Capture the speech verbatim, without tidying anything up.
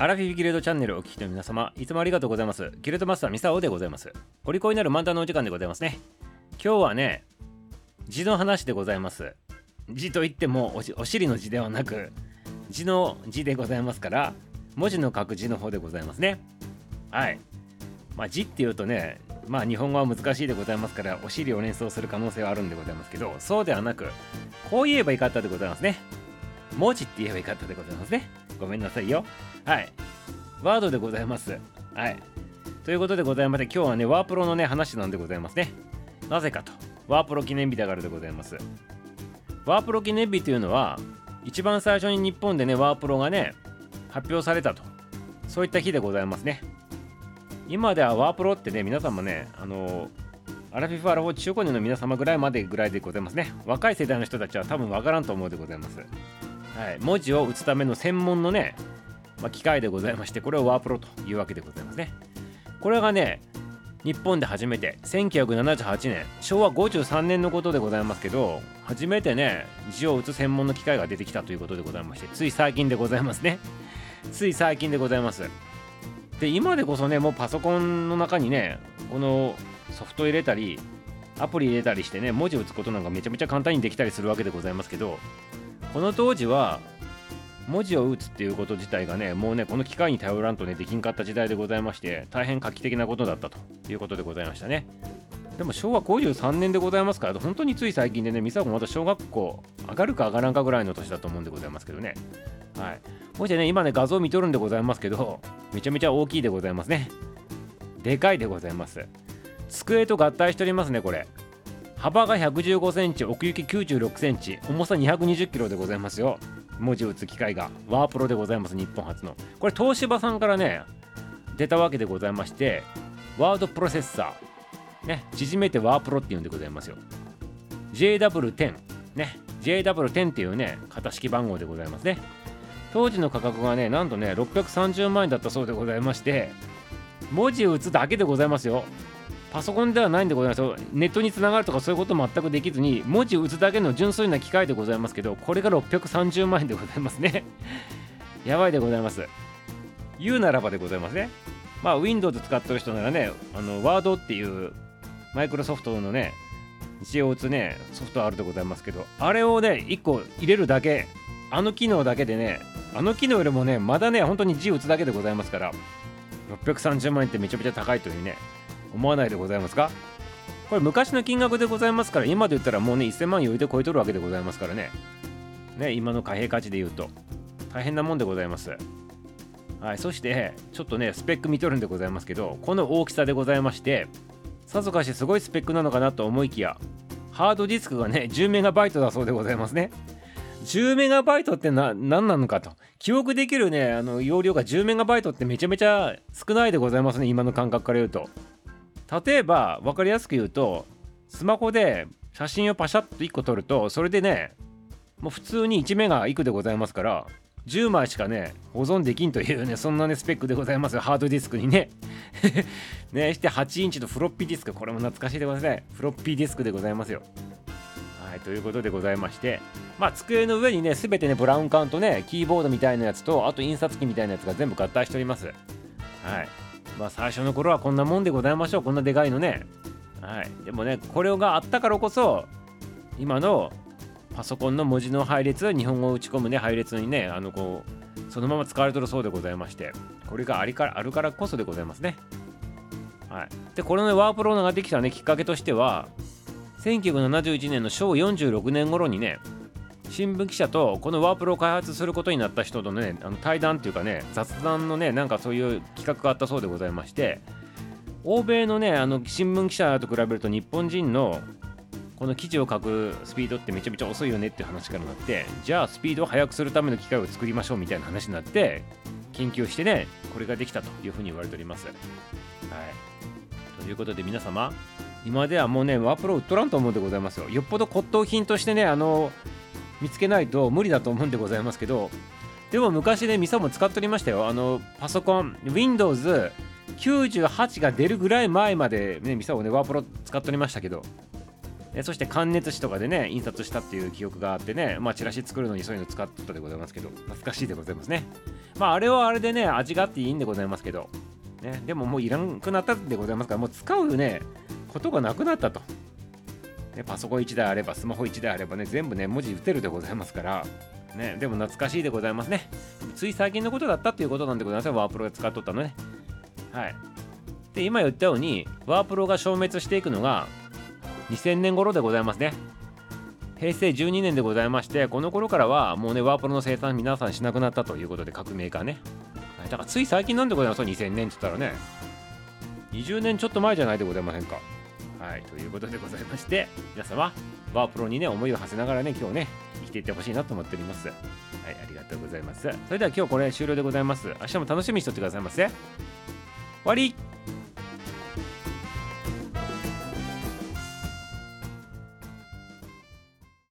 アラフィフギルドチャンネルをお聞きの皆様、いつもありがとうございます。ギルドマスターミサオでございます。お利口になる漫談のお時間でございますね。今日はね、字の話でございます。字といっても お, しお尻の字ではなく、字の字でございますから、文字の書く字の方でございますね。はい。まあ字っていうとね、まあ日本語は難しいでございますから、お尻を連想する可能性はあるんでございますけど、そうではなく、こう言えばいいかったでございますね。文字って言えばいいかったでございますね。ごめんなさいよ。はい。ワードでございます。はい。ということでございまして、今日はね、ワープロのね、話なんでございますね。なぜかと。ワープロ記念日だからでございます。ワープロ記念日というのは、一番最初に日本でね、ワープロがね、発表されたと。そういった日でございますね。今ではワープロってね、皆さんもね、あのー、アラフィフアラフォー中高年の皆様ぐらいまでぐらいでございますね。若い世代の人たちは多分わからんと思うでございます。はい、文字を打つための専門のね、まあ、機械でございまして、これをワープロというわけでございますね。これがね、日本で初めてせんきゅうひゃくななじゅうはちねん、しょうわごじゅうさんねんのことでございますけど、初めてね、字を打つ専門の機械が出てきたということでございまして、つい最近でございますね。つい最近でございます。で、今でこそね、もうパソコンの中にね、このソフト入れたり、アプリ入れたりしてね、文字を打つことなんかめちゃめちゃ簡単にできたりするわけでございますけど、この当時は文字を打つっていうこと自体がね、もうね、この機械に頼らんとね、できんかった時代でございまして、大変画期的なことだったということでございましたね。でもしょうわごじゅうさんねんでございますから、本当につい最近でね、ミサコまた小学校上がるか上がらんかぐらいの年だと思うんでございますけどね。はい。もしね、今ね、画像見とるんでございますけど、めちゃめちゃ大きいでございますね。でかいでございます。机と合体しておりますね、これ。幅がひゃくじゅうごセンチ、奥行ききゅうじゅうろくセンチ、重さにひゃくにじゅっキロでございますよ。文字打つ機械がワープロでございます。日本初のこれ東芝さんからね出たわけでございまして、ワードプロセッサーね、縮めてワープロっていうんでございますよ。 ジェイダブリューテン ね、 ジェイダブリューテン っていうね型式番号でございますね。当時の価格がね、なんとねろっぴゃくさんじゅうまんえんだったそうでございまして、文字を打つだけでございますよ。パソコンではないんでございますよ。ネットにつながるとかそういうこと全くできずに、文字打つだけの純粋な機械でございますけど、これがろっぴゃくさんじゅうまんえんでございますね。やばいでございます。言うならばでございますね。まあ Windows 使ってる人ならね、あの Word っていうマイクロソフトのね字を打つねソフトあるでございますけど、あれをねいっこ入れるだけ、あの機能だけでね、あの機能よりもねまだね本当に字打つだけでございますから、ろっぴゃくさんじゅうまんえんってめちゃめちゃ高いというね思わないでございますか。これ昔の金額でございますから、今で言ったらもうねせんまん余裕で超えとるわけでございますからね。ね、今の貨幣価値で言うと大変なもんでございます。はい。そしてちょっとねスペック見とるんでございますけど、この大きさでございまして、さぞかしすごいスペックなのかなと思いきや、ハードディスクがねじゅうメガバイトだそうでございますね。じゅうメガバイトってな何なのかと、記憶できるねあの容量がじゅうメガバイトってめちゃめちゃ少ないでございますね、今の感覚から言うと。例えば分かりやすく言うと、スマホで写真をパシャッといっこ撮ると、それでねもう普通にいちメガいくでございますから、じゅうまいしかね保存できんというね、そんなねスペックでございますよ、ハードディスクにね。ね、してはちインチのフロッピーディスク、これも懐かしいでございますね。フロッピーディスクでございますよ。はい。ということでございまして、まあ机の上にね全てねブラウン管とねキーボードみたいなやつと、あと印刷機みたいなやつが全部合体しております。はい。まあ最初の頃はこんなもんでございましょう。こんなでかいのね。はい。でもね、これがあったからこそ今のパソコンの文字の配列、日本語を打ち込むね配列にね、あのこうそのまま使われてるそうでございまして、これがありからあるからこそでございますね。はい。でこれの、ね、ワープロができたねきっかけとしては、せんきゅうひゃくななじゅういちねんのしょうわよんじゅうろくねん頃にね、新聞記者とこのワープロを開発することになった人とね、あの対談っていうかね、雑談のねなんかそういう企画があったそうでございまして、欧米のねあの新聞記者と比べると日本人のこの記事を書くスピードってめちゃめちゃ遅いよねっていう話からなって、じゃあスピードを速くするための機械を作りましょうみたいな話になって、研究してねこれができたというふうに言われております。はい。ということで皆様、今ではもうねワープロ売っとらんと思うんでございますよ。よっぽど骨董品としてねあの見つけないと無理だと思うんでございますけど、でも昔ねミサも使っておりましたよ。あのパソコン ウィンドウズきゅうじゅうはち が出るぐらい前までねミサをねワープロ使っておりましたけど、 えそして感熱紙とかでね印刷したっていう記憶があってね、まあチラシ作るのにそういうの使ってたでございますけど、懐かしいでございますね。まああれはあれでね味があっていいんでございますけどね、でももういらんくなったでございますから、もう使うねことがなくなったと、ね、パソコンいちだいあればスマホいちだいあればね全部ね文字打てるでございますからね、でも懐かしいでございますね。つい最近のことだったっていうことなんでございますよ、ワープロが使っとったのね。はい。で今言ったようにワープロが消滅していくのがにせんねん頃でございますね。へいせいじゅうにねんでございまして、この頃からはもうねワープロの生産皆さんしなくなったということで、各メーカーね。はい、だからつい最近なんでございますよ、にせんねんって言ったらねにじゅうねんちょっと前じゃないでございませんか。はい、ということでございまして、皆様ワープロにね思いを馳せながらね今日ね生きていってほしいなと思っております。はい、ありがとうございます。それでは今日これ終了でございます。明日も楽しみにしておってくださいませ。終わり。